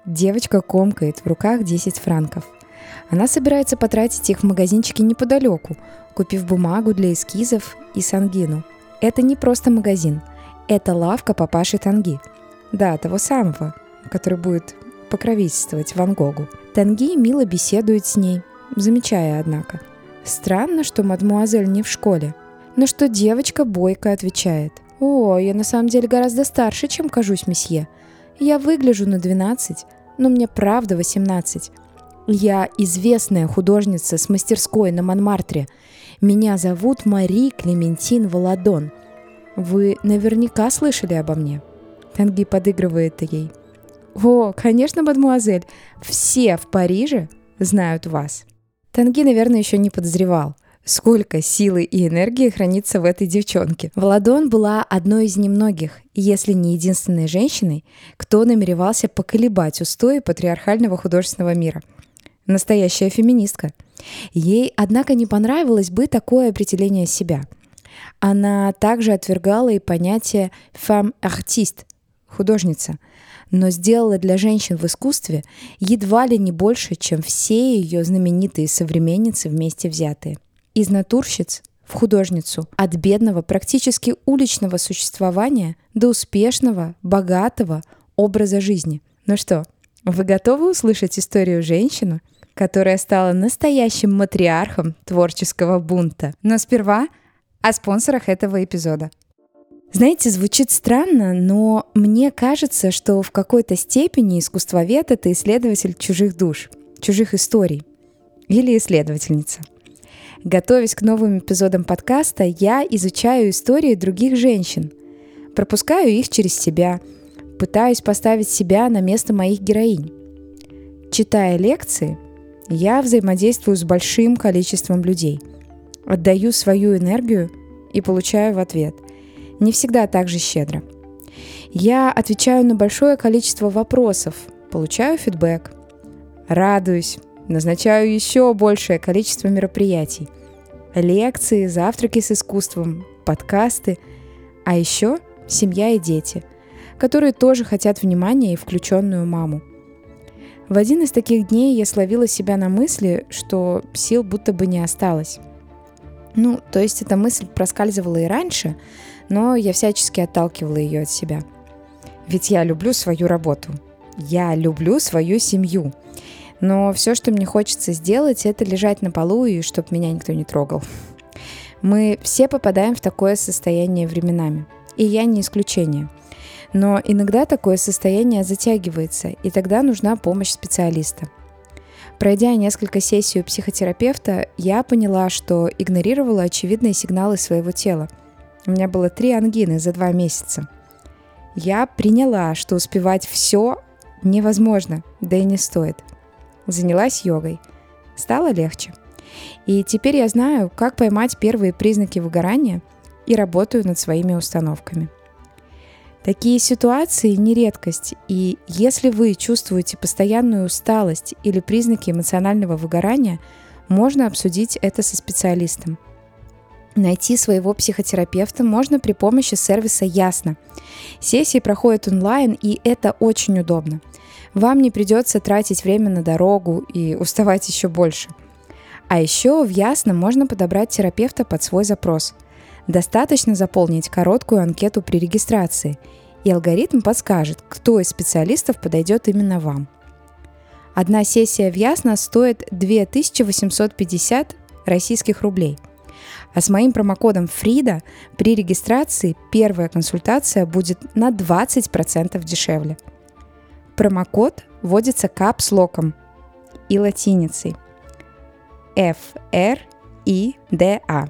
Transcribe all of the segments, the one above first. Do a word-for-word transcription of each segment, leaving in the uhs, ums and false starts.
Девочка комкает в руках десять франков. Она собирается потратить их в магазинчике неподалеку, купив бумагу для эскизов и сангину. Это не просто магазин, это лавка папаши Танги. Да, того самого, который будет покровительствовать Ван Гогу. Танги мило беседует с ней, замечая, однако: странно, что мадмуазель не в школе. На что девочка бойко отвечает: «О, я на самом деле гораздо старше, чем кажусь, месье. Я выгляжу на двенадцать, но мне правда восемнадцать. Я известная художница с мастерской на Монмартре. Меня зовут Мари Клементин Валадон. Вы наверняка слышали обо мне». Танги подыгрывает ей: «О, конечно, мадмуазель, все в Париже знают вас». Танги, наверное, еще не подозревал, сколько силы и энергии хранится в этой девчонке. Валадон была одной из немногих, если не единственной женщиной, кто намеревался поколебать устои патриархального художественного мира. Настоящая феминистка. Ей, однако, не понравилось бы такое определение себя. Она также отвергала и понятие «femme artiste» — художница, но сделала для женщин в искусстве едва ли не больше, чем все ее знаменитые современницы вместе взятые. Из натурщиц в художницу, от бедного, практически уличного существования до успешного, богатого образа жизни. Ну что, вы готовы услышать историю женщины, которая стала настоящим матриархом творческого бунта? Но сперва о спонсорах этого эпизода. Знаете, звучит странно, но мне кажется, что в какой-то степени искусствовед — это исследователь чужих душ, чужих историй. Или исследовательница. Готовясь к новым эпизодам подкаста, я изучаю истории других женщин, пропускаю их через себя, пытаюсь поставить себя на место моих героинь. Читая лекции, я взаимодействую с большим количеством людей, отдаю свою энергию и получаю в ответ. Не всегда так же щедро. Я отвечаю на большое количество вопросов, получаю фидбэк, радуюсь, назначаю еще большее количество мероприятий. Лекции, завтраки с искусством, подкасты, а еще семья и дети, которые тоже хотят внимания и включенную маму. В один из таких дней я словила себя на мысли, что сил будто бы не осталось. Ну, то есть эта мысль проскальзывала и раньше, но я всячески отталкивала ее от себя. Ведь я люблю свою работу, я люблю свою семью. Но все, что мне хочется сделать, это лежать на полу и чтобы меня никто не трогал. Мы все попадаем в такое состояние временами, и я не исключение. Но иногда такое состояние затягивается, и тогда нужна помощь специалиста. Пройдя несколько сессий у психотерапевта, я поняла, что игнорировала очевидные сигналы своего тела. У меня было три ангины за два месяца. Я приняла, что успевать все невозможно, да и не стоит. Занялась йогой. Стало легче. И теперь я знаю, как поймать первые признаки выгорания и работаю над своими установками. Такие ситуации не редкость, и если вы чувствуете постоянную усталость или признаки эмоционального выгорания, можно обсудить это со специалистом. Найти своего психотерапевта можно при помощи сервиса Ясно. Сессии проходят онлайн, и это очень удобно. Вам не придется тратить время на дорогу и уставать еще больше. А еще в Ясно можно подобрать терапевта под свой запрос. Достаточно заполнить короткую анкету при регистрации, и алгоритм подскажет, кто из специалистов подойдет именно вам. Одна сессия в Ясно стоит две тысячи восемьсот пятьдесят российских рублей. А с моим промокодом Фрида при регистрации первая консультация будет на двадцать процентов дешевле. Промокод вводится капслоком и латиницей. эф эр и ди эй.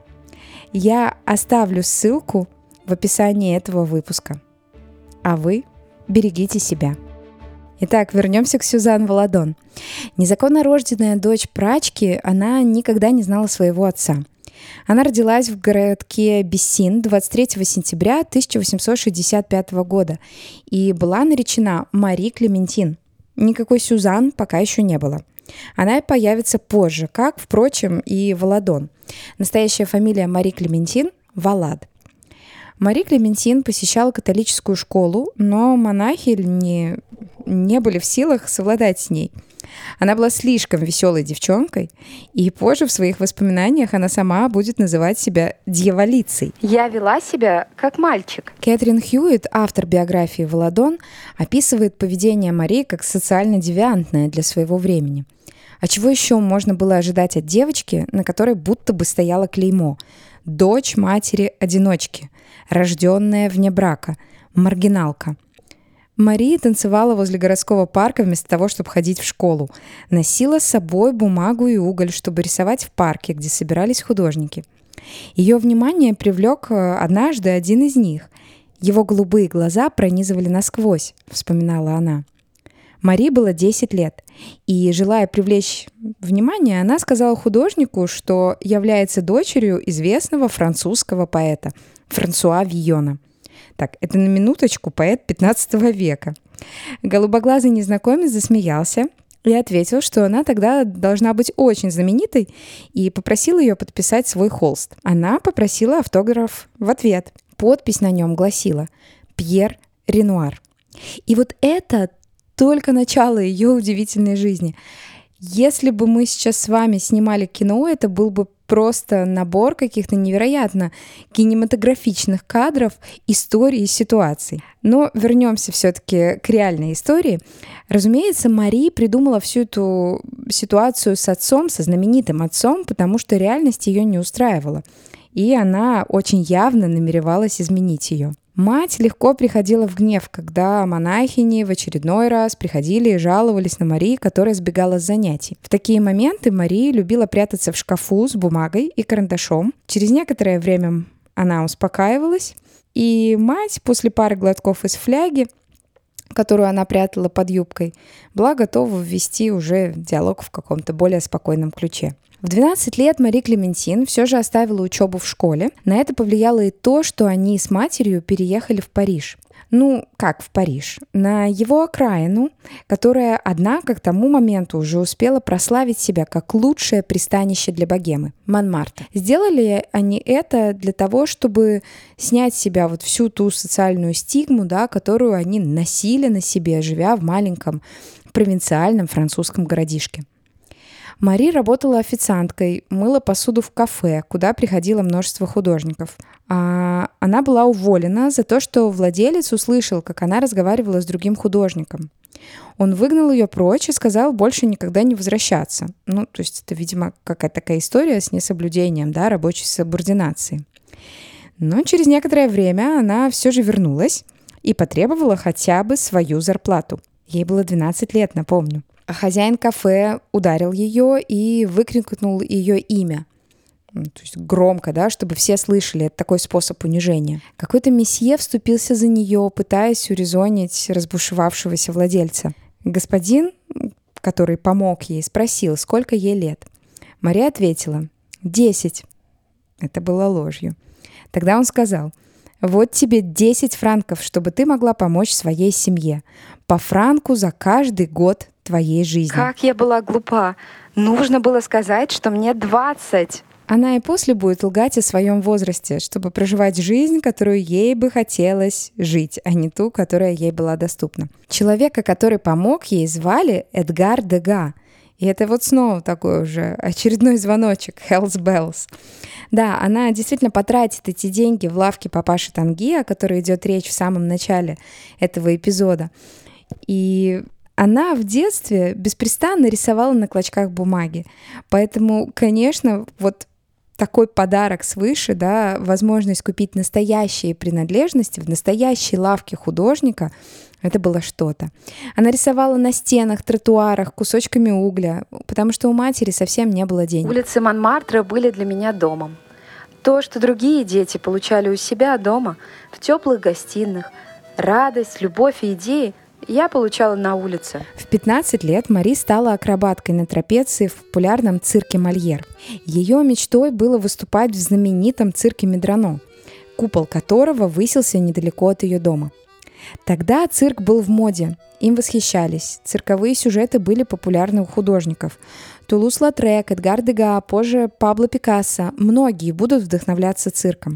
Я оставлю ссылку в описании этого выпуска. А вы берегите себя. Итак, вернемся к Сюзан Валадон. Незаконно рожденная дочь прачки, она никогда не знала своего отца. Она родилась в городке Бессин двадцать третьего сентября тысяча восемьсот шестьдесят пятого года и была наречена Мари Клементин. Никакой Сюзан пока еще не было. Она появится позже, как, впрочем, и Валадон. Настоящая фамилия Мари Клементин – Валад. Мари Клементин посещала католическую школу, но монахи не, не были в силах совладать с ней. Она была слишком веселой девчонкой, и позже в своих воспоминаниях она сама будет называть себя дьяволицей. «Я вела себя как мальчик». Кэтрин Хьюитт, автор биографии Володон, описывает поведение Мари как социально девиантное для своего времени. А чего еще можно было ожидать от девочки, на которой будто бы стояло клеймо «дочь матери-одиночки», «рожденная вне брака», «маргиналка». Мари танцевала возле городского парка вместо того, чтобы ходить в школу. Носила с собой бумагу и уголь, чтобы рисовать в парке, где собирались художники. Ее внимание привлек однажды один из них. Его голубые глаза пронизывали насквозь, вспоминала она. Мари было десять лет, и, желая привлечь внимание, она сказала художнику, что является дочерью известного французского поэта Франсуа Вийона. Так, это на минуточку поэт пятнадцатого века. Голубоглазый незнакомец засмеялся и ответил, что она тогда должна быть очень знаменитой, и попросил ее подписать свой холст. Она попросила автограф в ответ. Подпись на нем гласила «Пьер Ренуар». И вот это только начало ее удивительной жизни. Если бы мы сейчас с вами снимали кино, это был бы просто набор каких-то невероятно кинематографичных кадров, историй и ситуаций. Но вернемся все-таки к реальной истории. Разумеется, Мари придумала всю эту ситуацию с отцом, со знаменитым отцом, потому что реальность ее не устраивала. И она очень явно намеревалась изменить ее. Мать легко приходила в гнев, когда монахини в очередной раз приходили и жаловались на Мари, которая сбегала с занятий. В такие моменты Мари любила прятаться в шкафу с бумагой и карандашом. Через некоторое время она успокаивалась, и мать после пары глотков из фляги, которую она прятала под юбкой, была готова ввести уже диалог в каком-то более спокойном ключе. В двенадцать лет Мари Клементин все же оставила учебу в школе. На это повлияло и то, что они с матерью переехали в Париж. Ну, как в Париж? На его окраину, которая, однако, к тому моменту уже успела прославить себя как лучшее пристанище для богемы – Монмартр. Сделали они это для того, чтобы снять с себя вот всю ту социальную стигму, да, которую они носили на себе, живя в маленьком провинциальном французском городишке. Мари работала официанткой, мыла посуду в кафе, куда приходило множество художников. А она была уволена за то, что владелец услышал, как она разговаривала с другим художником. Он выгнал ее прочь и сказал больше никогда не возвращаться. Ну, то есть это, видимо, какая-то такая история с несоблюдением, да, рабочей субординации. Но через некоторое время она все же вернулась и потребовала хотя бы свою зарплату. Ей было двенадцать лет, напомню. А хозяин кафе ударил ее и выкрикнул ее имя. То есть громко, да, чтобы все слышали. Это такой способ унижения. Какой-то месье вступился за нее, пытаясь урезонить разбушевавшегося владельца. Господин, который помог ей, спросил, сколько ей лет. Мария ответила «десять». Это было ложью. Тогда он сказал: «Вот тебе десять франков, чтобы ты могла помочь своей семье. По франку за каждый год твоей жизни». Как я была глупа. Нужно было сказать, что мне двадцать. Она и после будет лгать о своем возрасте, чтобы проживать жизнь, которую ей бы хотелось жить, а не ту, которая ей была доступна. Человека, который помог ей, звали Эдгар Дега. И это вот снова такой уже очередной звоночек, Hell's Bells. Да, она действительно потратит эти деньги в лавке папаши Танги, о которой идет речь в самом начале этого эпизода. И она в детстве беспрестанно рисовала на клочках бумаги. Поэтому, конечно, вот такой подарок свыше, да, возможность купить настоящие принадлежности в настоящей лавке художника, это было что-то. Она рисовала на стенах, тротуарах, кусочками угля, потому что у матери совсем не было денег. Улицы Монмартра были для меня домом. То, что другие дети получали у себя дома, в теплых гостиных, радость, любовь и идеи, я получала на улице. В пятнадцать лет Мари стала акробаткой на трапеции в популярном цирке Мольер. Ее мечтой было выступать в знаменитом цирке Медрано, купол которого высился недалеко от ее дома. Тогда цирк был в моде, им восхищались. Цирковые сюжеты были популярны у художников. Тулус-Латрек, Эдгар Дега, позже Пабло Пикассо. Многие будут вдохновляться цирком.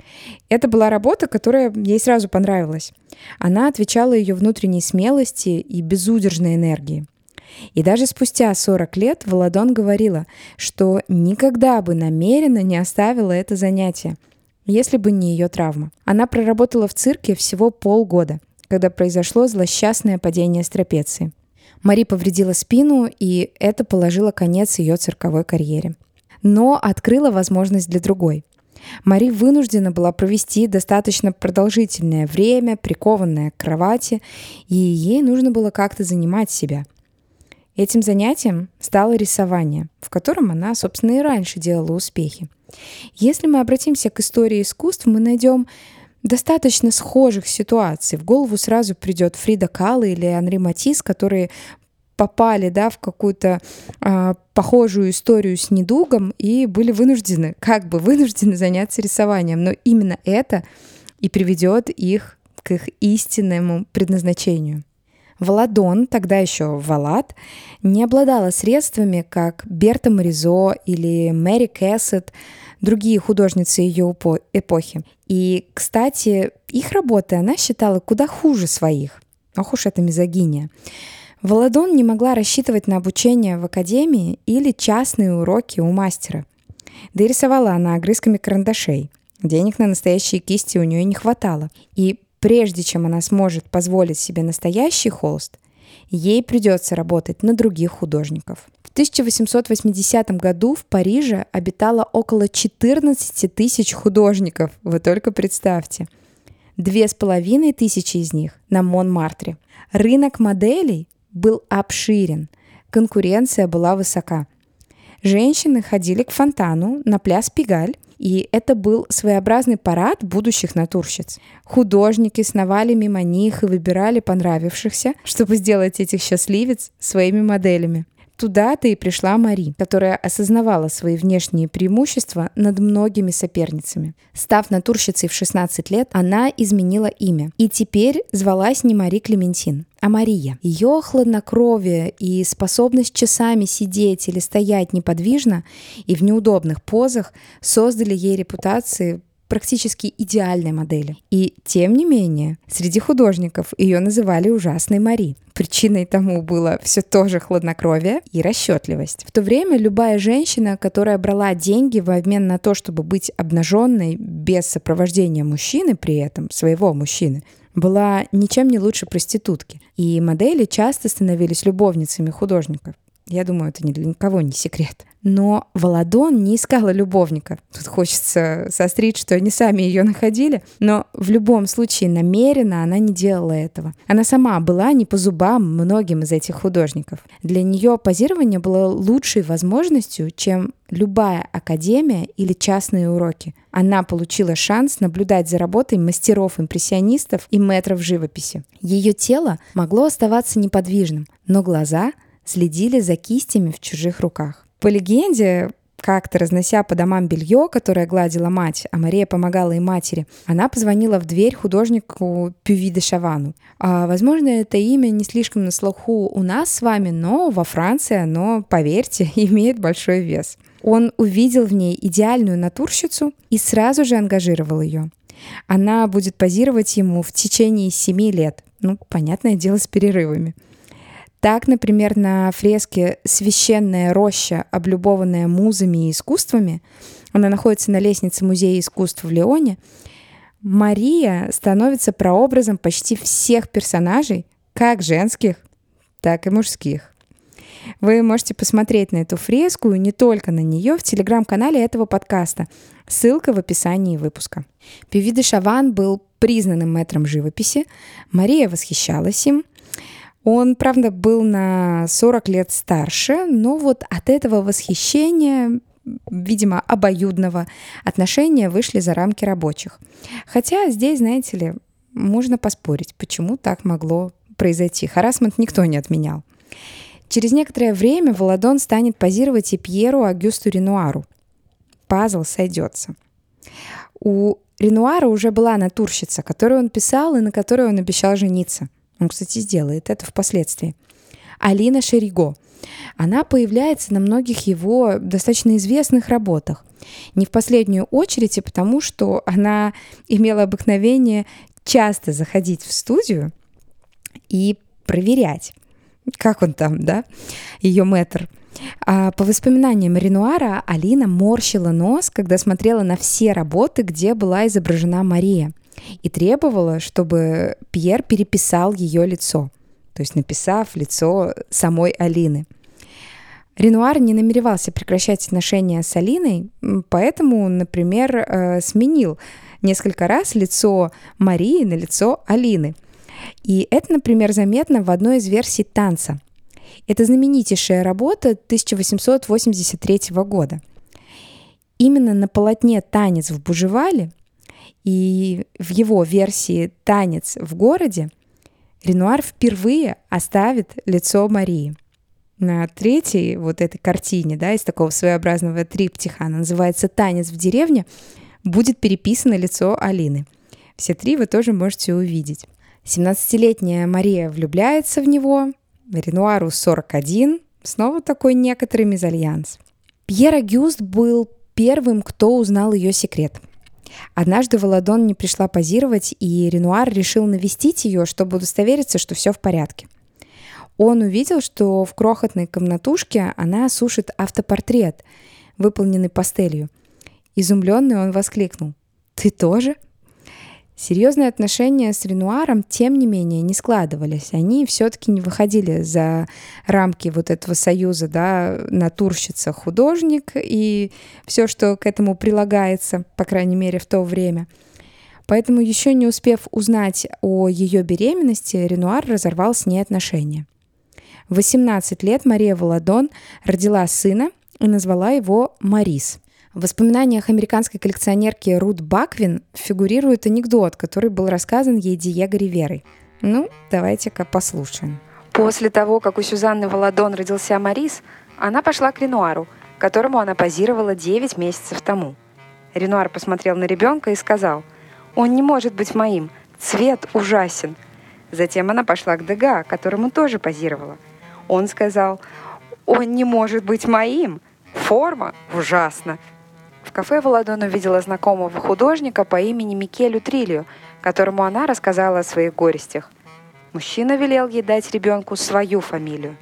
Это была работа, которая ей сразу понравилась. Она отвечала ее внутренней смелости и безудержной энергии. И даже спустя сорок лет Володон говорила, что никогда бы намеренно не оставила это занятие, если бы не ее травма. Она проработала в цирке всего полгода, когда произошло злосчастное падение с трапеции. Мари повредила спину, и это положило конец ее цирковой карьере. Но открыло возможность для другой. Мари вынуждена была провести достаточно продолжительное время, прикованная к кровати, и ей нужно было как-то занимать себя. Этим занятием стало рисование, в котором она, собственно, и раньше делала успехи. Если мы обратимся к истории искусств, мы найдем достаточно схожих ситуаций. В голову сразу придет Фрида Кало или Анри Матисс, которые попали, да, в какую-то э, похожую историю с недугом и были вынуждены, как бы вынуждены заняться рисованием. Но именно это и приведет их к их истинному предназначению. Володон, тогда еще Волат, не обладала средствами, как Берта Моризо или Мэри Кэссет, другие художницы ее эпохи. И, кстати, их работы она считала куда хуже своих. Ох уж это мизогиния. Володон не могла рассчитывать на обучение в академии или частные уроки у мастера. Да и рисовала она огрызками карандашей. Денег на настоящие кисти у нее не хватало. И прежде чем она сможет позволить себе настоящий холст, ей придется работать на других художников. В тысяча восемьсот восьмидесятом году в Париже обитало около четырнадцать тысяч художников. Вы только представьте. Две с половиной тысячи из них на Монмартре. Рынок моделей был обширен, конкуренция была высока. Женщины ходили к фонтану на пляс Пигаль, и это был своеобразный парад будущих натурщиц. Художники сновали мимо них и выбирали понравившихся, чтобы сделать этих счастливец своими моделями. Туда-то и пришла Мари, которая осознавала свои внешние преимущества над многими соперницами. Став натурщицей в шестнадцать лет, она изменила имя. И теперь звалась не Мари Клементин, а Мария. Ее хладнокровие и способность часами сидеть или стоять неподвижно и в неудобных позах создали ей репутацию практически идеальной модели. И, тем не менее, среди художников ее называли ужасной Мари. Причиной тому было все то же хладнокровие и расчетливость. В то время любая женщина, которая брала деньги в обмен на то, чтобы быть обнаженной без сопровождения мужчины при этом, своего мужчины, была ничем не лучше проститутки. И модели часто становились любовницами художников. Я думаю, это ни для кого не секрет. Но Володон не искала любовника. Тут хочется сострить, что они сами ее находили, но в любом случае намеренно она не делала этого. Она сама была не по зубам многим из этих художников. Для нее позирование было лучшей возможностью, чем любая академия или частные уроки. Она получила шанс наблюдать за работой мастеров-импрессионистов и мэтров живописи. Ее тело могло оставаться неподвижным, но глаза следили за кистями в чужих руках. По легенде, как-то разнося по домам белье, которое гладила мать, а Мария помогала и матери, она позвонила в дверь художнику Пюви де Шавану. А, возможно, это имя не слишком на слуху у нас с вами, но во Франции оно, поверьте, имеет большой вес. Он увидел в ней идеальную натурщицу и сразу же ангажировал ее. Она будет позировать ему в течение семи лет. Ну, понятное дело, с перерывами. Так, например, на фреске «Священная роща, облюбованная музами и искусствами», она находится на лестнице Музея искусств в Лионе, Мария становится прообразом почти всех персонажей, как женских, так и мужских. Вы можете посмотреть на эту фреску и не только на нее в телеграм-канале этого подкаста. Ссылка в описании выпуска. Пюви де Шаван был признанным мэтром живописи. Мария восхищалась им. Он, правда, был на сорок лет старше, но вот от этого восхищения, видимо, обоюдного отношения вышли за рамки рабочих. Хотя здесь, знаете ли, можно поспорить, почему так могло произойти. Харассмент никто не отменял. Через некоторое время Володон станет позировать и Пьеру Агюсту Ренуару. Пазл сойдется. У Ренуара уже была натурщица, которую он писал и на которой он обещал жениться. Он, кстати, сделает это впоследствии. Алина Шериго. Она появляется на многих его достаточно известных работах. Не в последнюю очередь, и потому что она имела обыкновение часто заходить в студию и проверять, как он там, да, ее мэтр. А по воспоминаниям Ренуара, Алина морщила нос, когда смотрела на все работы, где была изображена Мария, и требовала, чтобы Пьер переписал ее лицо, то есть написав лицо самой Алины. Ренуар не намеревался прекращать отношения с Алиной, поэтому, например, сменил несколько раз лицо Марии на лицо Алины. И это, например, заметно в одной из версий «Танца». Это знаменитейшая работа тысяча восемьсот восемьдесят третьего года. Именно на полотне «Танец в Бужевале» и в его версии «Танец в городе» Ренуар впервые оставит лицо Марии. На третьей вот этой картине, да, из такого своеобразного триптиха, она называется «Танец в деревне», будет переписано лицо Алины. Все три вы тоже можете увидеть. семнадцатилетняя Мария влюбляется в него, Ренуару сорок один, снова такой некоторый мезальянс. Пьер Огюст был первым, кто узнал ее секрет. Однажды Володон не пришла позировать, и Ренуар решил навестить ее, чтобы удостовериться, что все в порядке. Он увидел, что в крохотной комнатушке она сушит автопортрет, выполненный пастелью. Изумленный он воскликнул: «Ты тоже?» Серьезные отношения с Ренуаром, тем не менее, не складывались. Они все-таки не выходили за рамки вот этого союза, да, натурщица-художник и все, что к этому прилагается, по крайней мере, в то время. Поэтому, еще не успев узнать о ее беременности, Ренуар разорвал с ней отношения. В восемнадцать лет Мария Володон родила сына и назвала его Марис. В воспоминаниях американской коллекционерки Рут Баквин фигурирует анекдот, который был рассказан ей Диего Риверой. Ну, давайте-ка послушаем. После того, как у Сюзанны Володон родился Марис, она пошла к Ренуару, которому она позировала девять месяцев тому. Ренуар посмотрел на ребенка и сказал: «Он не может быть моим, цвет ужасен». Затем она пошла к Дега, которому тоже позировала. Он сказал: «Он не может быть моим, форма ужасна». В кафе Володон увидела знакомого художника по имени Микелю Трильо, которому она рассказала о своих горестях. Мужчина велел ей дать ребенку свою фамилию.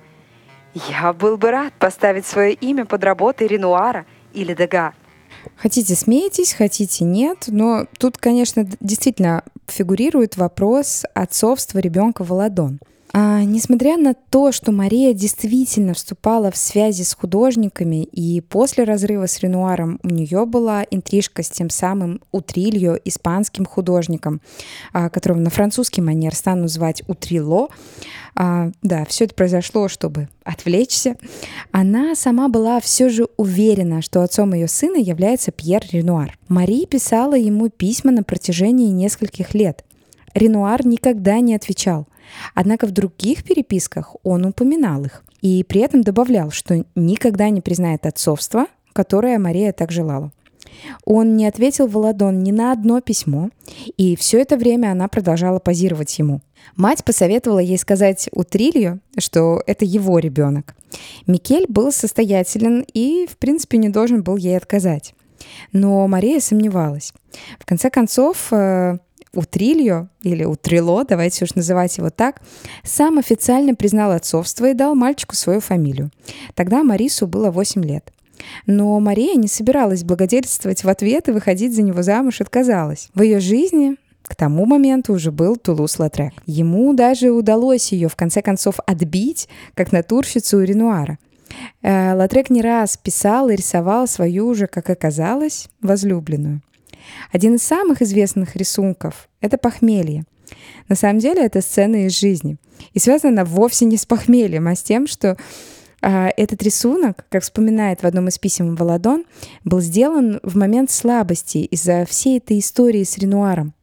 «Я был бы рад поставить свое имя под работой Ренуара или Дега». Хотите смеетесь, хотите нет, но тут, конечно, действительно фигурирует вопрос отцовства ребенка Володон. А, несмотря на то, что Мария действительно вступала в связи с художниками, и после разрыва с Ренуаром у нее была интрижка с тем самым Утрильо, испанским художником, а, которого на французский манер стану звать Утрило, а, да, все это произошло, чтобы отвлечься, она сама была все же уверена, что отцом ее сына является Пьер Ренуар. Мария писала ему письма на протяжении нескольких лет. Ренуар никогда не отвечал. Однако в других переписках он упоминал их и при этом добавлял, что никогда не признает отцовство, которое Мария так желала. Он не ответил Володон ни на одно письмо, и все это время она продолжала позировать ему. Мать посоветовала ей сказать Утрильо, что это его ребенок. Микель был состоятелен и, в принципе, не должен был ей отказать. Но Мария сомневалась. В конце концов, Утрильо, или Утрило, давайте уж называть его так, сам официально признал отцовство и дал мальчику свою фамилию. Тогда Марису было восемь лет. Но Мария не собиралась благодетельствовать в ответ и выходить за него замуж отказалась. В ее жизни к тому моменту уже был Тулус-Латрек. Ему даже удалось ее в конце концов отбить, как натурщицу у Ренуара. Латрек не раз писал и рисовал свою уже, как оказалось, возлюбленную. Один из самых известных рисунков — это «Похмелье». На самом деле это сцена из жизни. И связана она вовсе не с похмельем, а с тем, что э, этот рисунок, как вспоминает в одном из писем Володон, был сделан в момент слабости из-за всей этой истории с Ренуаром.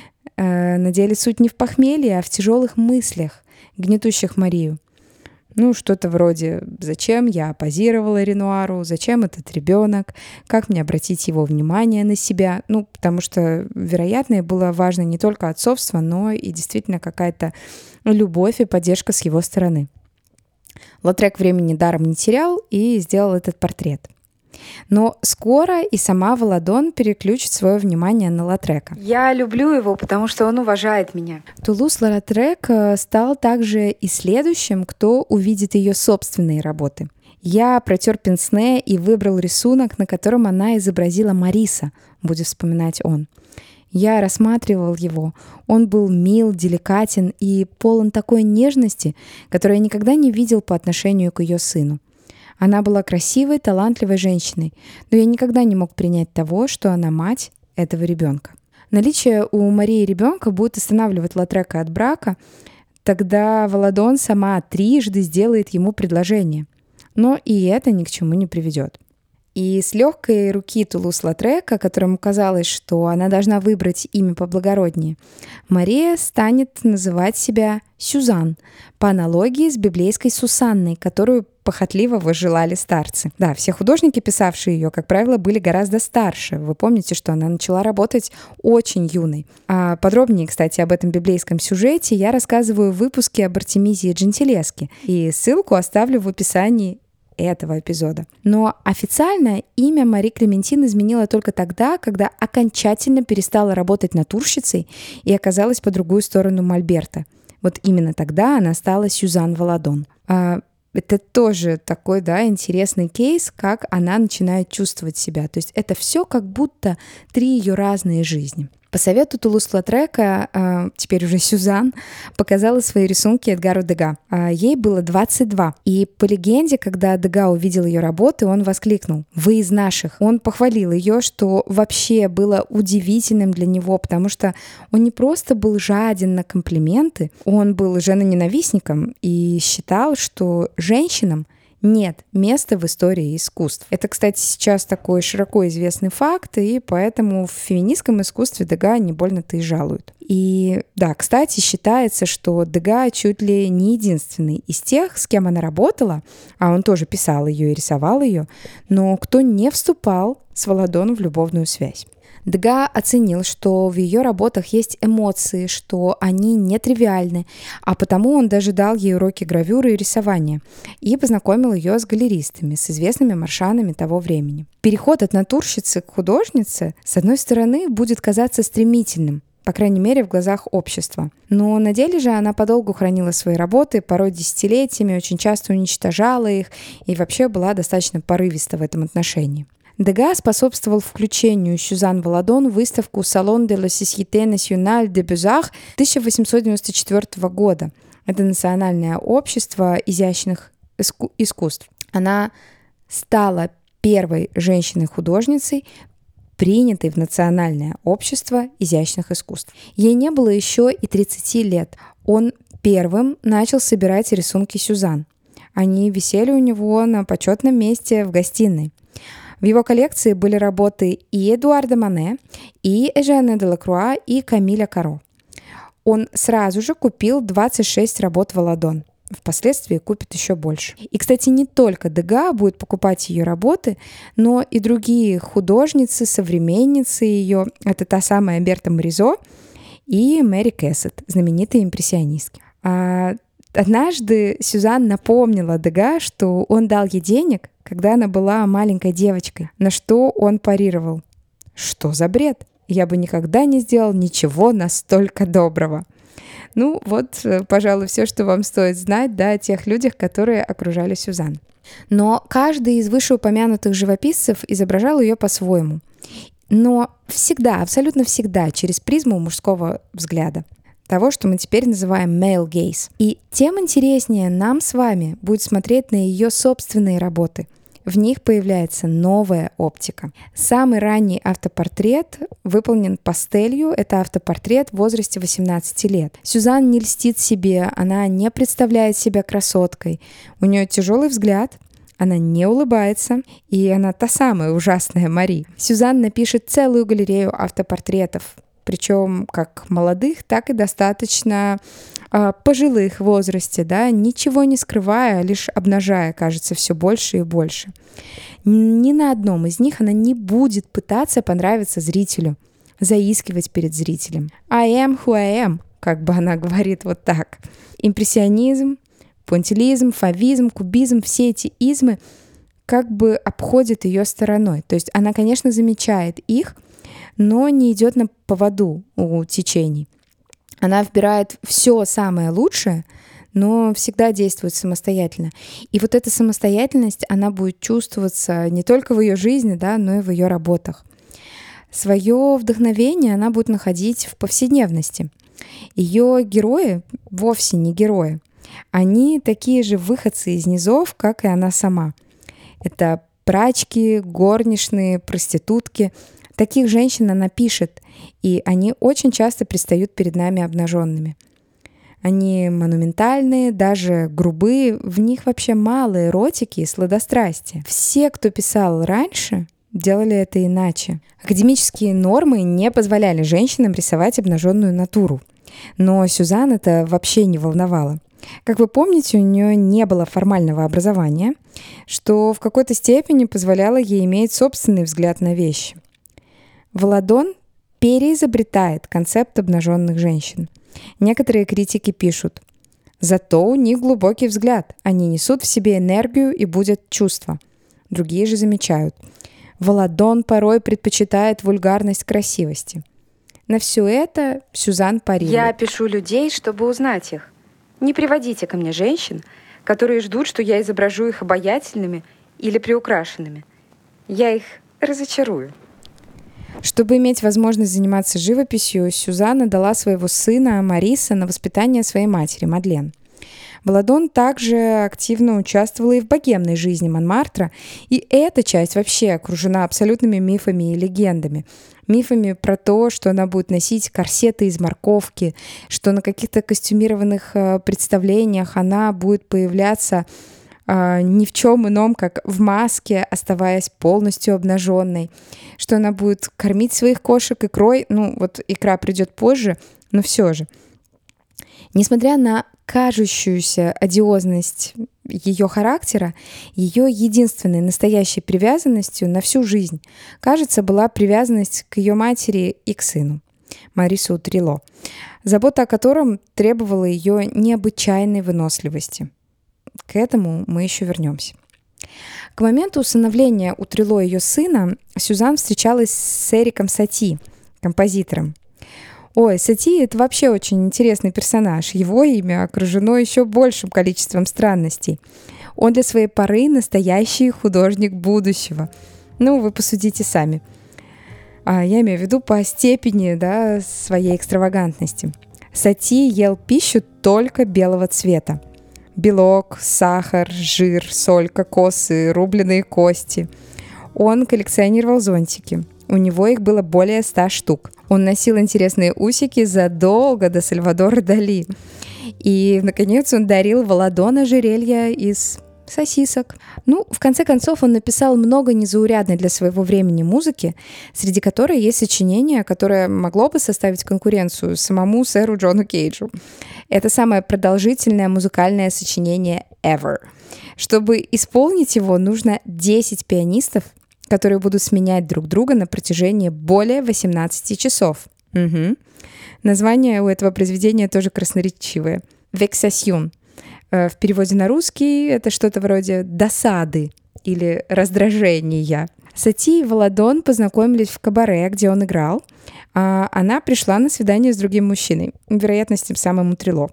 Э, на деле суть не в похмелье, а в тяжелых мыслях, гнетущих Марию. Ну, что-то вроде «Зачем я позировала Ренуару? Зачем этот ребенок? Как мне обратить его внимание на себя?» Ну, потому что, вероятно, было важно не только отцовство, но и действительно какая-то любовь и поддержка с его стороны. Лотрек времени даром не терял и сделал этот портрет. Но скоро и сама Володон переключит свое внимание на Лотрека. Я люблю его, потому что он уважает меня. Тулус-Лотрек стал также и следующим, кто увидит ее собственные работы. Я протер пенсне и выбрал рисунок, на котором она изобразила Мариса, будет вспоминать он. Я рассматривал его. Он был мил, деликатен и полон такой нежности, которую я никогда не видел по отношению к ее сыну. Она была красивой, талантливой женщиной, но я никогда не мог принять того, что она мать этого ребенка. Наличие у Марии ребенка будет останавливать Лотрека от брака, тогда Володон сама трижды сделает ему предложение. Но и это ни к чему не приведет. И с легкой руки Тулус-Лотрека, которому казалось, что она должна выбрать имя поблагороднее, Мария станет называть себя Сюзан, по аналогии с библейской Сусанной, которую похотливо возжелали старцы. Да, все художники, писавшие ее, как правило, были гораздо старше. Вы помните, что она начала работать очень юной. А подробнее, кстати, об этом библейском сюжете я рассказываю в выпуске об Артемизии Джентилеске, и ссылку оставлю в описании этого эпизода. Но официально имя Мари Клементин изменила только тогда, когда окончательно перестала работать натурщицей и оказалась по другую сторону мольберта. Вот именно тогда она стала Сюзан Володон. А это тоже такой, да, интересный кейс, как она начинает чувствовать себя. То есть это все как будто три ее разные жизни. По совету Тулус-Лотрека, теперь уже Сюзан, показала свои рисунки Эдгару Дега. Ей было двадцать два. И по легенде, когда Дега увидел ее работы, он воскликнул: «Вы из наших». Он похвалил ее, что вообще было удивительным для него, потому что он не просто был жаден на комплименты, он был женоненавистником и считал, что женщинам нет места в истории искусств. Это, кстати, сейчас такой широко известный факт, и поэтому в феминистском искусстве Дега не больно-то и жалуют. И да, кстати, считается, что Дега чуть ли не единственный из тех, с кем она работала, а он тоже писал ее и рисовал ее, но кто не вступал с Володон в любовную связь. Дега оценил, что в ее работах есть эмоции, что они нетривиальны, а потому он даже дал ей уроки гравюры и рисования и познакомил ее с галеристами, с известными маршанами того времени. Переход от натурщицы к художнице, с одной стороны, будет казаться стремительным, по крайней мере, в глазах общества. Но на деле же она подолгу хранила свои работы, порой десятилетиями, очень часто уничтожала их и вообще была достаточно порывиста в этом отношении. Дега способствовал включению Сюзан Володон в выставку «Salon de la Société Nationale des Beaux-Arts» тысяча восемьсот девяносто четвёртого года. Это национальное общество изящных иску- искусств. Она стала первой женщиной-художницей, принятой в Национальное общество изящных искусств. Ей не было еще и тридцати лет. Он первым начал собирать рисунки Сюзан. Они висели у него на почетном месте в гостиной. В его коллекции были работы и Эдуарда Мане, и Эжена де Лакруа, и Камиля Каро. Он сразу же купил двадцать шесть работ Володон. Впоследствии купит еще больше. И, кстати, не только Дега будет покупать ее работы, но и другие художницы, современницы ее. Это та самая Берта Моризо и Мэри Кэссет, знаменитые импрессионистки. А однажды Сюзан напомнила Дега, что он дал ей денег, когда она была маленькой девочкой, на что он парировал: «Что за бред? Я бы никогда не сделал ничего настолько доброго». Ну вот, пожалуй, все, что вам стоит знать, да, о тех людях, которые окружали Сюзан. Но каждый из вышеупомянутых живописцев изображал ее по-своему. Но всегда, абсолютно всегда через призму мужского взгляда. Того, что мы теперь называем male gaze. И тем интереснее нам с вами будет смотреть на ее собственные работы. В них появляется новая оптика. Самый ранний автопортрет выполнен пастелью. Это автопортрет в возрасте восемнадцати лет. Сюзан не льстит себе, она не представляет себя красоткой. У нее тяжелый взгляд, она не улыбается, и она та самая ужасная Мари. Сюзан напишет целую галерею автопортретов, причем как молодых, так и достаточно э, пожилых в возрасте, да, ничего не скрывая, лишь обнажая, кажется, все больше и больше. Ни на одном из них она не будет пытаться понравиться зрителю, заискивать перед зрителем. I am who I am, как бы она говорит вот так. Импрессионизм, Пуантилизм, фавизм, кубизм, все эти измы как бы обходят ее стороной. То есть она, конечно, замечает их, но не идет на поводу у течений. Она вбирает все самое лучшее, но всегда действует самостоятельно. И вот эта самостоятельность, она будет чувствоваться не только в ее жизни, да, но и в ее работах. Свое вдохновение она будет находить в повседневности. Ее герои вовсе не герои. Они такие же выходцы из низов, как и она сама. Это прачки, горничные, проститутки. Таких женщин она пишет, и они очень часто предстают перед нами обнаженными. Они монументальные, даже грубые, в них вообще мало эротики и сладострастия. Все, кто писал раньше, делали это иначе. Академические нормы не позволяли женщинам рисовать обнаженную натуру. Но Сюзанн это вообще не волновало. Как вы помните, у нее не было формального образования, что в какой-то степени позволяло ей иметь собственный взгляд на вещи. Володон переизобретает концепт обнаженных женщин. Некоторые критики пишут: «Зато у них глубокий взгляд, они несут в себе энергию и будут чувства». Другие же замечают: Володон порой предпочитает вульгарность красивости. На все это Сюзанн парирует. «Я пишу людей, чтобы узнать их. Не приводите ко мне женщин, которые ждут, что я изображу их обаятельными или приукрашенными. Я их разочарую». Чтобы иметь возможность заниматься живописью, Сюзанна дала своего сына Мариса на воспитание своей матери, Мадлен. Володон также активно участвовала и в богемной жизни Монмартра, и эта часть вообще окружена абсолютными мифами и легендами. Мифами про то, что она будет носить корсеты из морковки, что на каких-то костюмированных э, представлениях она будет появляться э, ни в чем ином, как в маске, оставаясь полностью обнаженной, что она будет кормить своих кошек икрой, ну вот икра придет позже, но все же. Несмотря на кажущуюся одиозность ее характера, ее единственной настоящей привязанностью на всю жизнь, кажется, была привязанность к ее матери и к сыну, Марису Трило, забота о котором требовала ее необычайной выносливости. К этому мы еще вернемся. К моменту усыновления у Трило ее сына Сюзанн встречалась с Эриком Сати, композитором. Ой, Сати — это вообще очень интересный персонаж. Его имя окружено еще большим количеством странностей. Он для своей поры настоящий художник будущего. Ну, вы посудите сами. А, я имею в виду по степени, да, своей экстравагантности. Сати ел пищу только белого цвета. Белок, сахар, жир, соль, кокосы, рубленые кости. Он коллекционировал зонтики. У него их было более ста штук. Он носил интересные усики задолго до Сальвадора Дали. И, наконец, он дарил Володон ожерелья из сосисок. Ну, в конце концов, он написал много незаурядной для своего времени музыки, среди которой есть сочинение, которое могло бы составить конкуренцию самому сэру Джону Кейджу. Это самое продолжительное музыкальное сочинение ever. Чтобы исполнить его, нужно десять пианистов, которые будут сменять друг друга на протяжении более восемнадцати часов. Угу. Название у этого произведения тоже красноречивое. «Vexation». В переводе на русский это что-то вроде «досады» или «раздражения». Сати и Володон познакомились в кабаре, где он играл, а она пришла на свидание с другим мужчиной, вероятно, с тем самым Трило.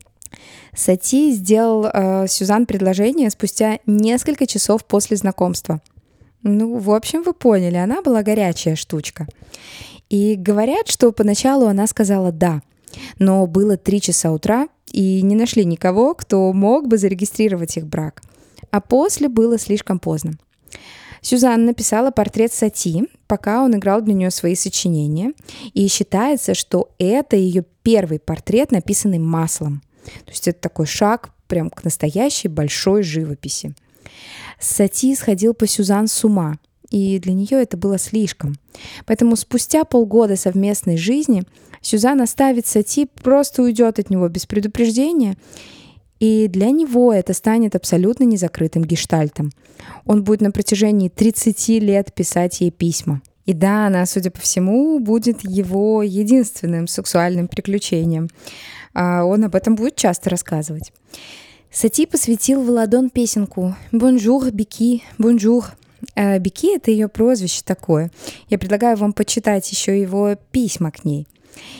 Сати сделал э, Сюзанн предложение спустя несколько часов после знакомства. Ну, в общем, вы поняли, она была горячая штучка. И говорят, что поначалу она сказала «да», но было три часа утра, и не нашли никого, кто мог бы зарегистрировать их брак. А после было слишком поздно. Сюзанн написала портрет Сати, пока он играл для нее свои сочинения, и считается, что это ее первый портрет, написанный маслом. То есть это такой шаг прям к настоящей большой живописи. Сати сходил по Сюзанн с ума, и для нее это было слишком. Поэтому спустя полгода совместной жизни Сюзанн оставит Сати, просто уйдет от него без предупреждения, и для него это станет абсолютно незакрытым гештальтом. Он будет на протяжении тридцати лет писать ей письма. И да, она, судя по всему, будет его единственным сексуальным приключением. Он об этом будет часто рассказывать. Сати посвятил Володон песенку «Бонжур, Бики, бонжур». Бики — это ее прозвище такое. Я предлагаю вам почитать еще его письма к ней.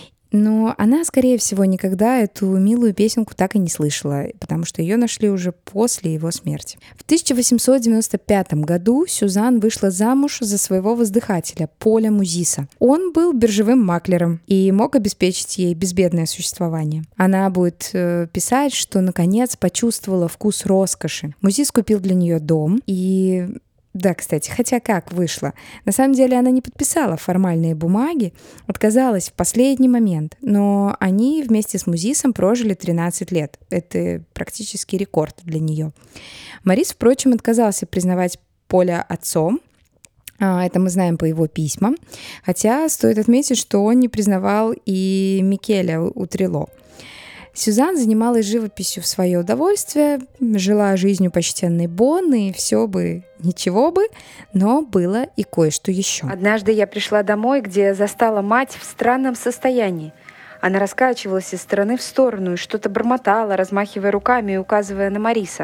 Но она, скорее всего, никогда эту милую песенку так и не слышала, потому что ее нашли уже после его смерти. В тысяча восемьсот девяносто пятом году Сюзан вышла замуж за своего воздыхателя Поля Музиса. Он был биржевым маклером и мог обеспечить ей безбедное существование. Она будет э, писать, что наконец почувствовала вкус роскоши. Музис купил для нее дом и... Да, кстати, хотя как вышло. На самом деле она не подписала формальные бумаги, отказалась в последний момент, но они вместе с Музисом прожили тринадцать лет. Это практически рекорд для нее. Морис, впрочем, отказался признавать Поля отцом. Это мы знаем по его письмам. Хотя стоит отметить, что он не признавал и Микеля Утрело. Сюзан занималась живописью в свое удовольствие, жила жизнью почтенной Бонны, и все бы, ничего бы, но было и кое-что еще. Однажды я пришла домой, где застала мать в странном состоянии. Она раскачивалась из стороны в сторону и что-то бормотала, размахивая руками и указывая на Мариса.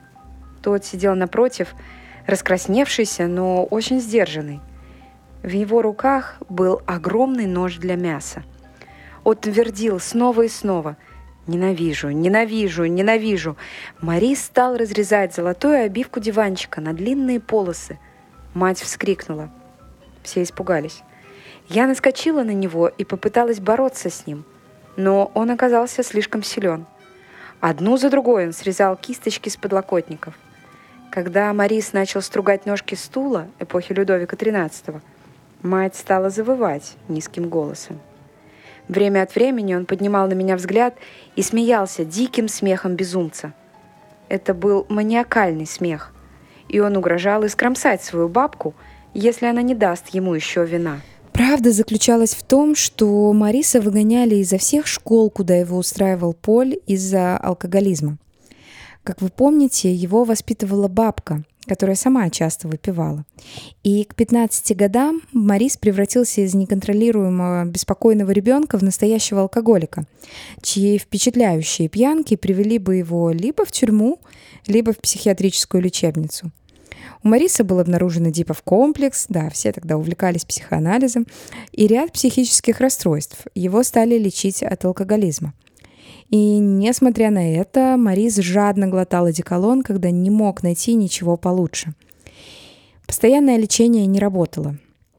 Тот сидел напротив, раскрасневшийся, но очень сдержанный. В его руках был огромный нож для мяса. Он твердил снова и снова: «Ненавижу, ненавижу, ненавижу». Марис стал разрезать золотую обивку диванчика на длинные полосы. Мать вскрикнула. Все испугались. Я наскочила на него и попыталась бороться с ним, но он оказался слишком силен. Одну за другой он срезал кисточки с подлокотников. Когда Марис начал стругать ножки стула эпохи Людовика тринадцатого, мать стала завывать низким голосом. Время от времени он поднимал на меня взгляд и смеялся диким смехом безумца. Это был маниакальный смех, и он угрожал искромсать свою бабку, если она не даст ему еще вина. Правда заключалась в том, что Мариса выгоняли изо всех школ, куда его устраивал Поль, из-за алкоголизма. Как вы помните, его воспитывала бабка, которая сама часто выпивала. И к пятнадцати годам Марис превратился из неконтролируемого беспокойного ребенка в настоящего алкоголика, чьи впечатляющие пьянки привели бы его либо в тюрьму, либо в психиатрическую лечебницу. У Мариса был обнаружен Эдипов комплекс, да, все тогда увлекались психоанализом, и ряд психических расстройств. Его стали лечить от алкоголизма. И, несмотря на это, Марис жадно глотал одеколон, когда не мог найти ничего получше. Постоянное лечение не работало.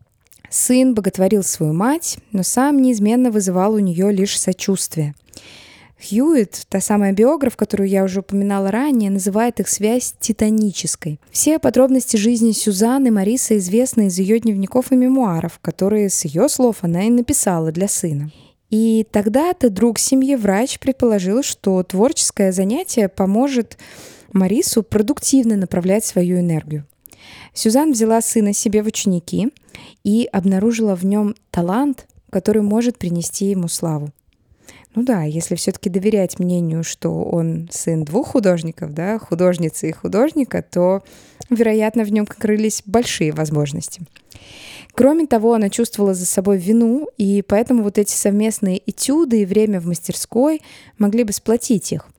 Сын боготворил свою мать, но сам неизменно вызывал у нее лишь сочувствие. Хьюитт, та самая биограф, которую я уже упоминала ранее, называет их связь титанической. Все подробности жизни Сюзан и Мариса известны из ее дневников и мемуаров, которые, с ее слов, она и написала для сына. И тогда-то друг семьи, врач, предположил, что творческое занятие поможет Марису продуктивно направлять свою энергию. Сюзан взяла сына себе в ученики и обнаружила в нем талант, который может принести ему славу. Ну да, если все-таки доверять мнению, что он сын двух художников, да, художницы и художника, то, вероятно, в нем крылись большие возможности. Кроме того, она чувствовала за собой вину, и поэтому вот эти совместные этюды и время в мастерской могли бы сплотить их.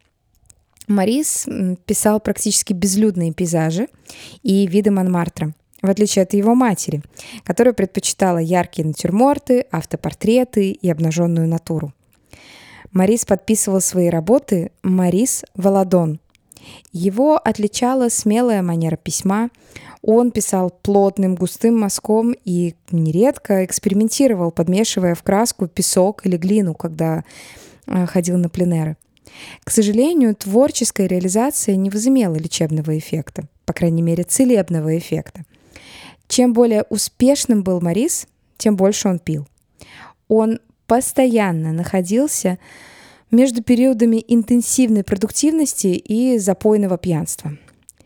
Марис писал практически безлюдные пейзажи и виды Монмартра, в отличие от его матери, которая предпочитала яркие натюрморты, автопортреты и обнаженную натуру. Марис подписывал свои работы «Марис Володон». Его отличала смелая манера письма. Он писал плотным, густым мазком и нередко экспериментировал, подмешивая в краску песок или глину, когда ходил на пленэры. К сожалению, творческая реализация не возымела лечебного эффекта, по крайней мере, целебного эффекта. Чем более успешным был Марис, тем больше он пил. Он постоянно находился между периодами интенсивной продуктивности и запойного пьянства.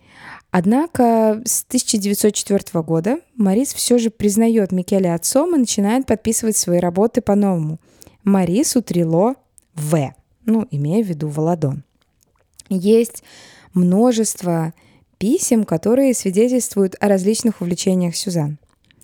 Однако с тысяча девятьсот четвёртого года Марис все же признает Микеля отцом и начинает подписывать свои работы по-новому. Марис Утрело В, ну, имея в виду Володон. Есть множество писем, которые свидетельствуют о различных увлечениях Сюзан.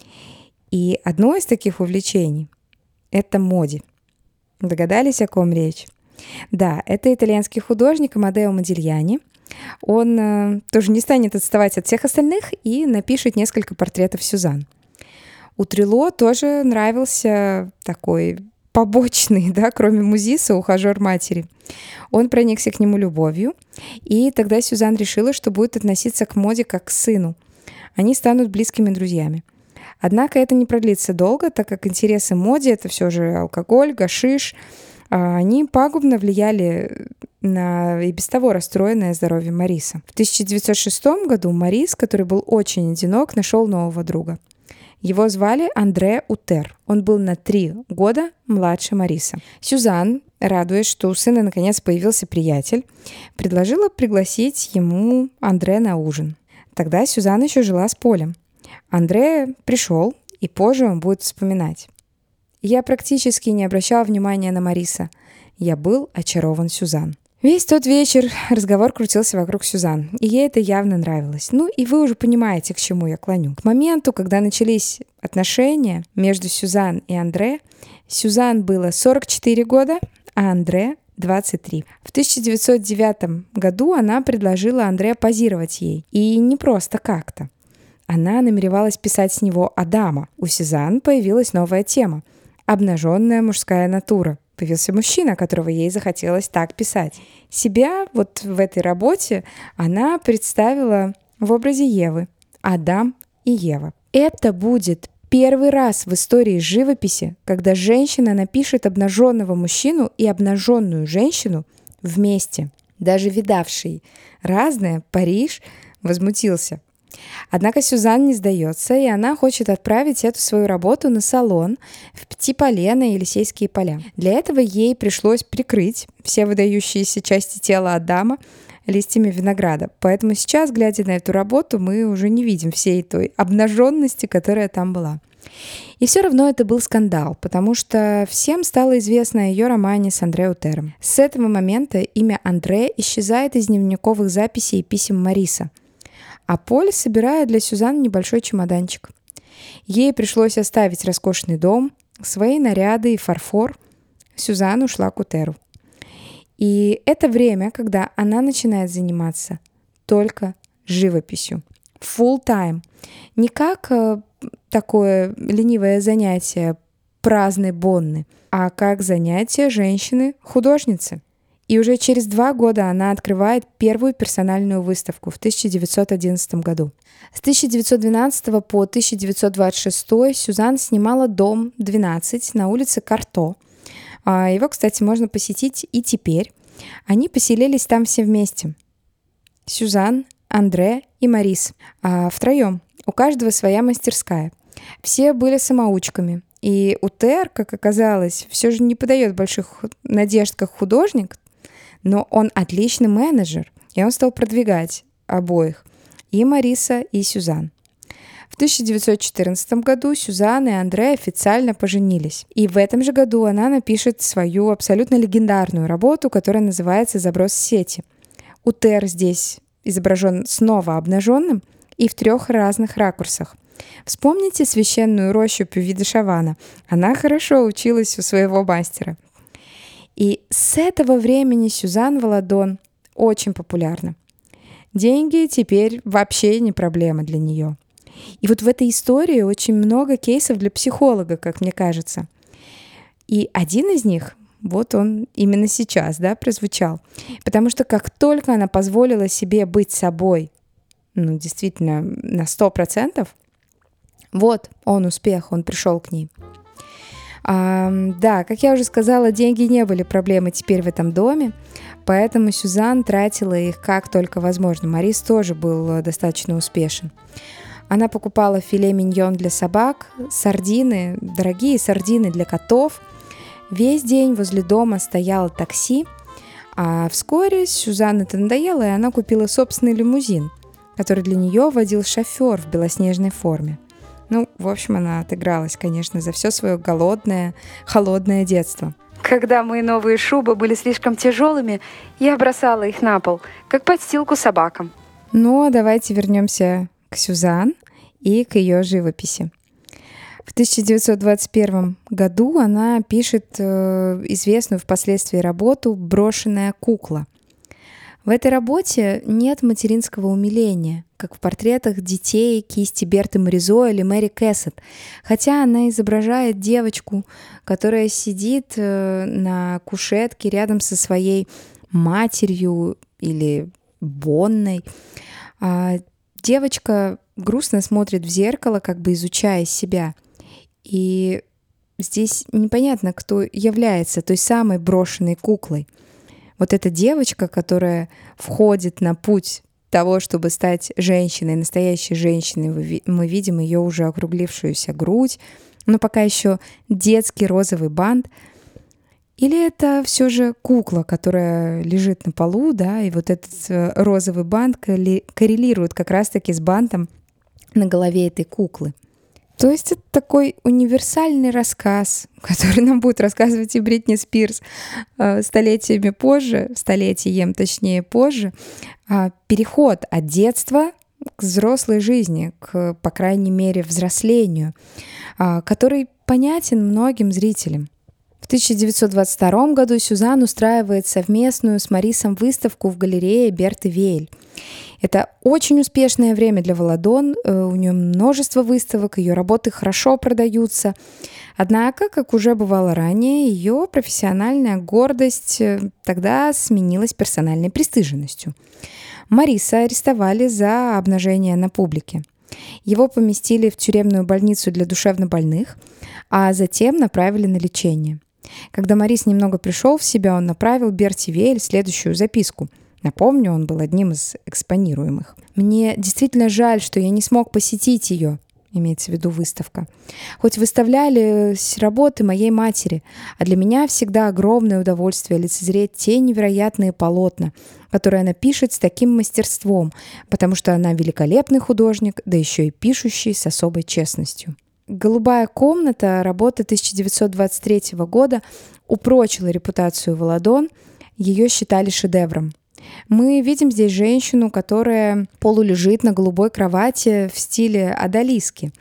И одно из таких увлечений – это моде. Догадались, о ком речь? Да, это итальянский художник Амадео Модильяни – Он э, тоже не станет отставать от всех остальных и напишет несколько портретов Сюзан. Утрело тоже нравился такой побочный, да, кроме Музиса, ухажер матери. Он проникся к нему любовью, и тогда Сюзан решила, что будет относиться к моде как к сыну. Они станут близкими друзьями. Однако это не продлится долго, так как интересы моде — это все же алкоголь, гашиш. Они пагубно влияли на и без того расстроенное здоровье Мариса. В тысяча девятьсот шестом году Марис, который был очень одинок, нашел нового друга. Его звали Андре Утер. Он был на три года младше Мариса. Сюзан, радуясь, что у сына наконец появился приятель, предложила пригласить ему Андре на ужин. Тогда Сюзан еще жила с Полем. Андре пришел, и позже он будет вспоминать. «Я практически не обращал внимания на Мариса. Я был очарован Сюзан». Весь тот вечер разговор крутился вокруг Сюзан, и ей это явно нравилось. Ну и вы уже понимаете, к чему я клоню. К моменту, когда начались отношения между Сюзан и Андре, Сюзан было сорок четыре года, а Андре — двадцать три. В тысяча девятьсот девятом году она предложила Андре позировать ей. И не просто как-то. Она намеревалась писать с него Адама. У Сюзан появилась новая тема — обнаженная мужская натура. Появился мужчина, которого ей захотелось так писать. Себя вот в этой работе она представила в образе Евы. Адам и Ева. Это будет первый раз в истории живописи, когда женщина напишет обнаженного мужчину и обнаженную женщину вместе. Даже видавший разное Париж возмутился. Однако Сюзан не сдается, и она хочет отправить эту свою работу на салон в Пти-Пале на Елисейские поля. Для этого ей пришлось прикрыть все выдающиеся части тела Адама листьями винограда. Поэтому сейчас, глядя на эту работу, мы уже не видим всей той обнаженности, которая там была. И все равно это был скандал, потому что всем стало известно о ее романе с Андре Утером. С этого момента имя Андре исчезает из дневниковых записей и писем Мариса. А Поль собирает для Сюзан небольшой чемоданчик. Ей пришлось оставить роскошный дом, свои наряды и фарфор. Сюзан ушла к Утеру. И это время, когда она начинает заниматься только живописью. Full time. Не как э, такое ленивое занятие праздной Бонны, а как занятие женщины-художницы. И уже через два года она открывает первую персональную выставку в тысяча девятьсот одиннадцатом году. С тысяча девятьсот двенадцатого по тысяча девятьсот двадцать шестой Сюзан снимала дом двенадцать на улице Карто. Его, кстати, можно посетить и теперь. Они поселились там все вместе. Сюзан, Андре и Марис. А втроем. У каждого своя мастерская. Все были самоучками. И Утер, как оказалось, все же не подает больших надежд как художник, но он отличный менеджер, и он стал продвигать обоих, и Мариса, и Сюзан. В тысяча девятьсот четырнадцатом году Сюзан и Андре официально поженились. И в этом же году она напишет свою абсолютно легендарную работу, которая называется «Заброс сети». Утер здесь изображен снова обнаженным и в трех разных ракурсах. Вспомните священную рощу Пюви де Шавана. Она хорошо училась у своего мастера. И с этого времени Сюзан Валадон очень популярна. Деньги теперь вообще не проблема для нее. И вот в этой истории очень много кейсов для психолога, как мне кажется. И один из них, вот он именно сейчас, да, прозвучал. Потому что как только она позволила себе быть собой, ну, действительно, на сто процентов, вот он успех, он пришел к ней. А, да, как я уже сказала, деньги не были проблемой теперь в этом доме, поэтому Сюзан тратила их как только возможно. Марис тоже был достаточно успешен. Она покупала филе миньон для собак, сардины, дорогие сардины для котов. Весь день возле дома стояло такси, а вскоре Сюзан это надоело, и она купила собственный лимузин, который для нее водил шофер в белоснежной форме. Ну, в общем, она отыгралась, конечно, за все свое голодное, холодное детство. Когда мои новые шубы были слишком тяжелыми, я бросала их на пол, как подстилку собакам. Ну, давайте вернемся к Сюзан и к ее живописи. В тысяча девятьсот двадцать первом году она пишет э, известную впоследствии работу «Брошенная кукла». В этой работе нет материнского умиления, как в портретах детей кисти Берты Моризо или Мэри Кэссет, хотя она изображает девочку, которая сидит на кушетке рядом со своей матерью или Бонной. А девочка грустно смотрит в зеркало, как бы изучая себя. И здесь непонятно, кто является той самой брошенной куклой. Вот эта девочка, которая входит на путь того, чтобы стать женщиной, настоящей женщиной, мы видим ее уже округлившуюся грудь, но пока еще детский розовый бант. Или это все же кукла, которая лежит на полу, да, и вот этот розовый бант коррелирует как раз-таки с бантом на голове этой куклы. То есть это такой универсальный рассказ, который нам будет рассказывать и Бритни Спирс столетиями позже, столетием точнее позже, переход от детства к взрослой жизни, к, по крайней мере, взрослению, который понятен многим зрителям. В тысяча девятьсот двадцать втором году Сюзанн устраивает совместную с Марисом выставку в галерее Берты Вейль. Это очень успешное время для Володон, у нее множество выставок, ее работы хорошо продаются. Однако, как уже бывало ранее, ее профессиональная гордость тогда сменилась персональной пристыженностью. Мариса арестовали за обнажение на публике. Его поместили в тюремную больницу для душевнобольных, а затем направили на лечение. Когда Марис немного пришел в себя, он направил Берти Вейль следующую записку. Напомню, он был одним из экспонируемых. «Мне действительно жаль, что я не смог посетить ее», имеется в виду выставка. «Хоть выставляли работы моей матери, а для меня всегда огромное удовольствие лицезреть те невероятные полотна, которые она пишет с таким мастерством, потому что она великолепный художник, да еще и пишущий с особой честностью». «Голубая комната», работа тысяча девятьсот двадцать третьего года, упрочила репутацию Володон, ее считали шедевром. Мы видим здесь женщину, которая полулежит на голубой кровати в стиле одалиски.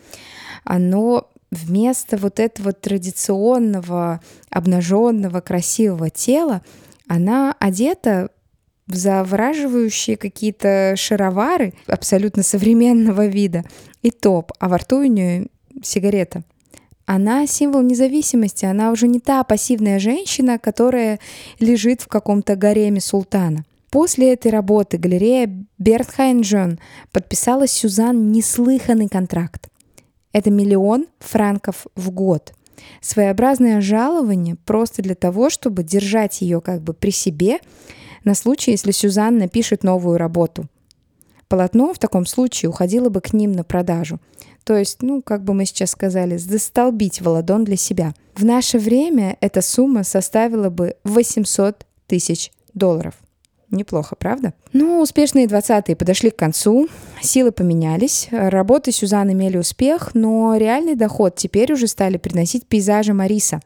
Но вместо вот этого традиционного, обнаженного, красивого тела она одета в завораживающие какие-то шаровары абсолютно современного вида и топ, а во рту у нее сигарета. Она символ независимости, она уже не та пассивная женщина, которая лежит в каком-то гареме султана. После этой работы галерея Бертхайнджон подписала с Сюзанн неслыханный контракт. Это миллион франков в год. Своеобразное жалование просто для того, чтобы держать ее как бы при себе на случай, если Сюзанн напишет новую работу. Полотно в таком случае уходило бы к ним на продажу. То есть, ну, как бы мы сейчас сказали, застолбить Володон для себя. В наше время эта сумма составила бы восемьсот тысяч долларов. Неплохо, правда? Ну, успешные двадцатые подошли к концу, силы поменялись, работы Сюзанн имели успех, но реальный доход теперь уже стали приносить пейзажи Мариса.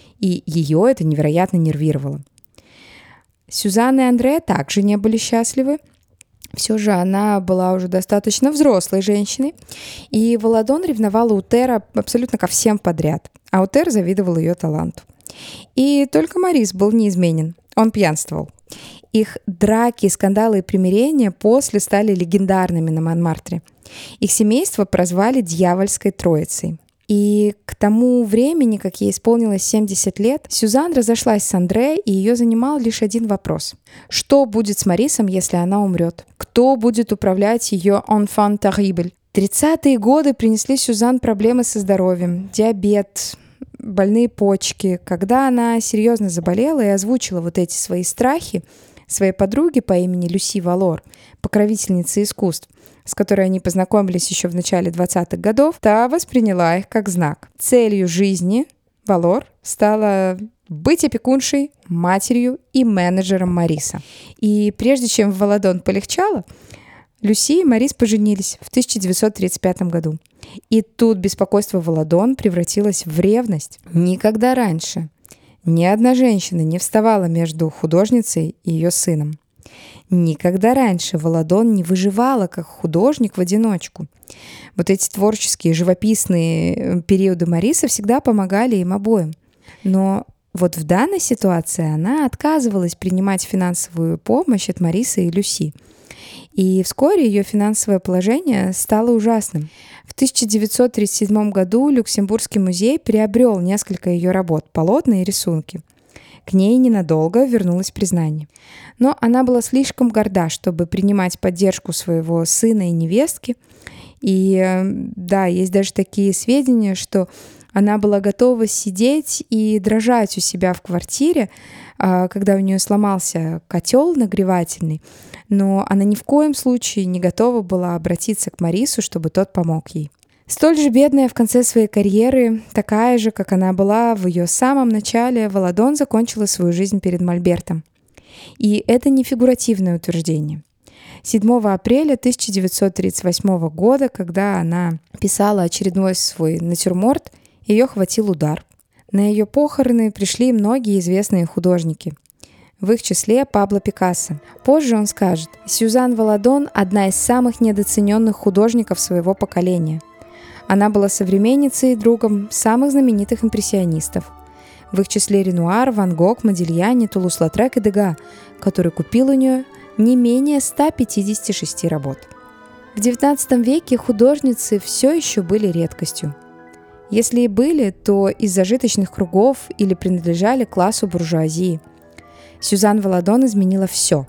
И ее это невероятно нервировало. Сюзанн и Андре также не были счастливы. Все же она была уже достаточно взрослой женщиной, и Володон ревновала Утера абсолютно ко всем подряд, а Утер завидовал ее таланту. И только Марис был неизменен, он пьянствовал. Их драки, скандалы и примирения после стали легендарными на Монмартре. Их семейство прозвали «Дьявольской троицей». И к тому времени, как ей исполнилось семьдесят лет, Сюзанн разошлась с Андре, и ее занимал лишь один вопрос. Что будет с Марисом, если она умрет? Кто будет управлять ее enfant terrible? тридцатые годы принесли Сюзанн проблемы со здоровьем, диабет, больные почки. Когда она серьезно заболела и озвучила вот эти свои страхи своей подруге по имени Люси Валор, покровительнице искусств, с которой они познакомились еще в начале двадцатых годов, та восприняла их как знак. Целью жизни Валор стала быть опекуншей, матерью и менеджером Мариса. И прежде чем Володон полегчало, Люси и Марис поженились в тысяча девятьсот тридцать пятом году. И тут беспокойство Володон превратилось в ревность. Никогда раньше ни одна женщина не вставала между художницей и ее сыном. Никогда раньше Володон не выживала как художник в одиночку. Вот эти творческие, живописные периоды Мариса всегда помогали им обоим. Но Вот в данной ситуации она отказывалась принимать финансовую помощь от Марисы и Люси. И вскоре ее финансовое положение стало ужасным. В тысяча девятьсот тридцать седьмом году Люксембургский музей приобрел несколько ее работ, полотна и рисунки. К ней ненадолго вернулось признание. Но она была слишком горда, чтобы принимать поддержку своего сына и невестки. И да, есть даже такие сведения, что она была готова сидеть и дрожать у себя в квартире, когда у нее сломался котел нагревательный, но она ни в коем случае не готова была обратиться к Марису, чтобы тот помог ей. Столь же бедная в конце своей карьеры, такая же, как она была в ее самом начале, Валадон закончила свою жизнь перед Мольбертом. И это не фигуративное утверждение. седьмого апреля тысяча девятьсот тридцать восьмого года, когда она писала очередной свой натюрморт, ее хватил удар. На ее похороны пришли многие известные художники. В их числе Пабло Пикассо. Позже он скажет: «Сюзан Валадон – одна из самых недооцененных художников своего поколения. Она была современницей и другом самых знаменитых импрессионистов. В их числе Ренуар, Ван Гог, Модильяни, Тулус-Лотрек и Дега, который купил у нее не менее ста пятидесяти шести работ». В девятнадцатом веке художницы все еще были редкостью. Если и были, то из зажиточных кругов или принадлежали классу буржуазии. Сюзан Валадон изменила все.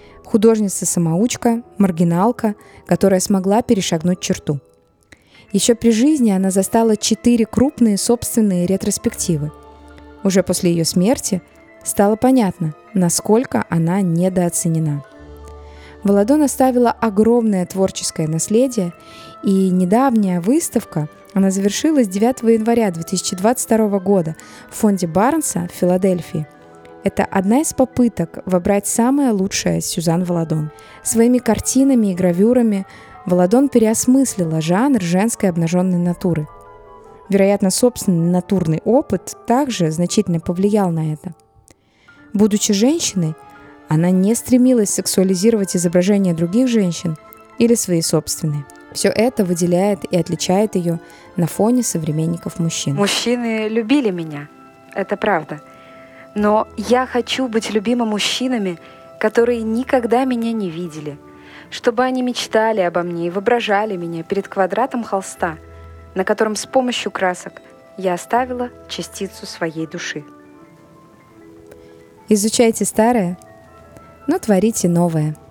Художница-самоучка, маргиналка, которая смогла перешагнуть черту. Еще при жизни она застала четыре крупные собственные ретроспективы. Уже после ее смерти стало понятно, насколько она недооценена. Валадон оставила огромное творческое наследие, и недавняя выставка, она завершилась девятого января две тысячи двадцать второго года в фонде Барнса в Филадельфии. Это одна из попыток вобрать самое лучшее из Сюзан Валадон. Своими картинами и гравюрами Валадон переосмыслила жанр женской обнаженной натуры. Вероятно, собственный натурный опыт также значительно повлиял на это. Будучи женщиной, она не стремилась сексуализировать изображения других женщин или свои собственные. Все это выделяет и отличает ее на фоне современников мужчин. Мужчины любили меня, это правда. Но я хочу быть любима мужчинами, которые никогда меня не видели, чтобы они мечтали обо мне и воображали меня перед квадратом холста, на котором с помощью красок я оставила частицу своей души. Изучайте старое, но творите новое.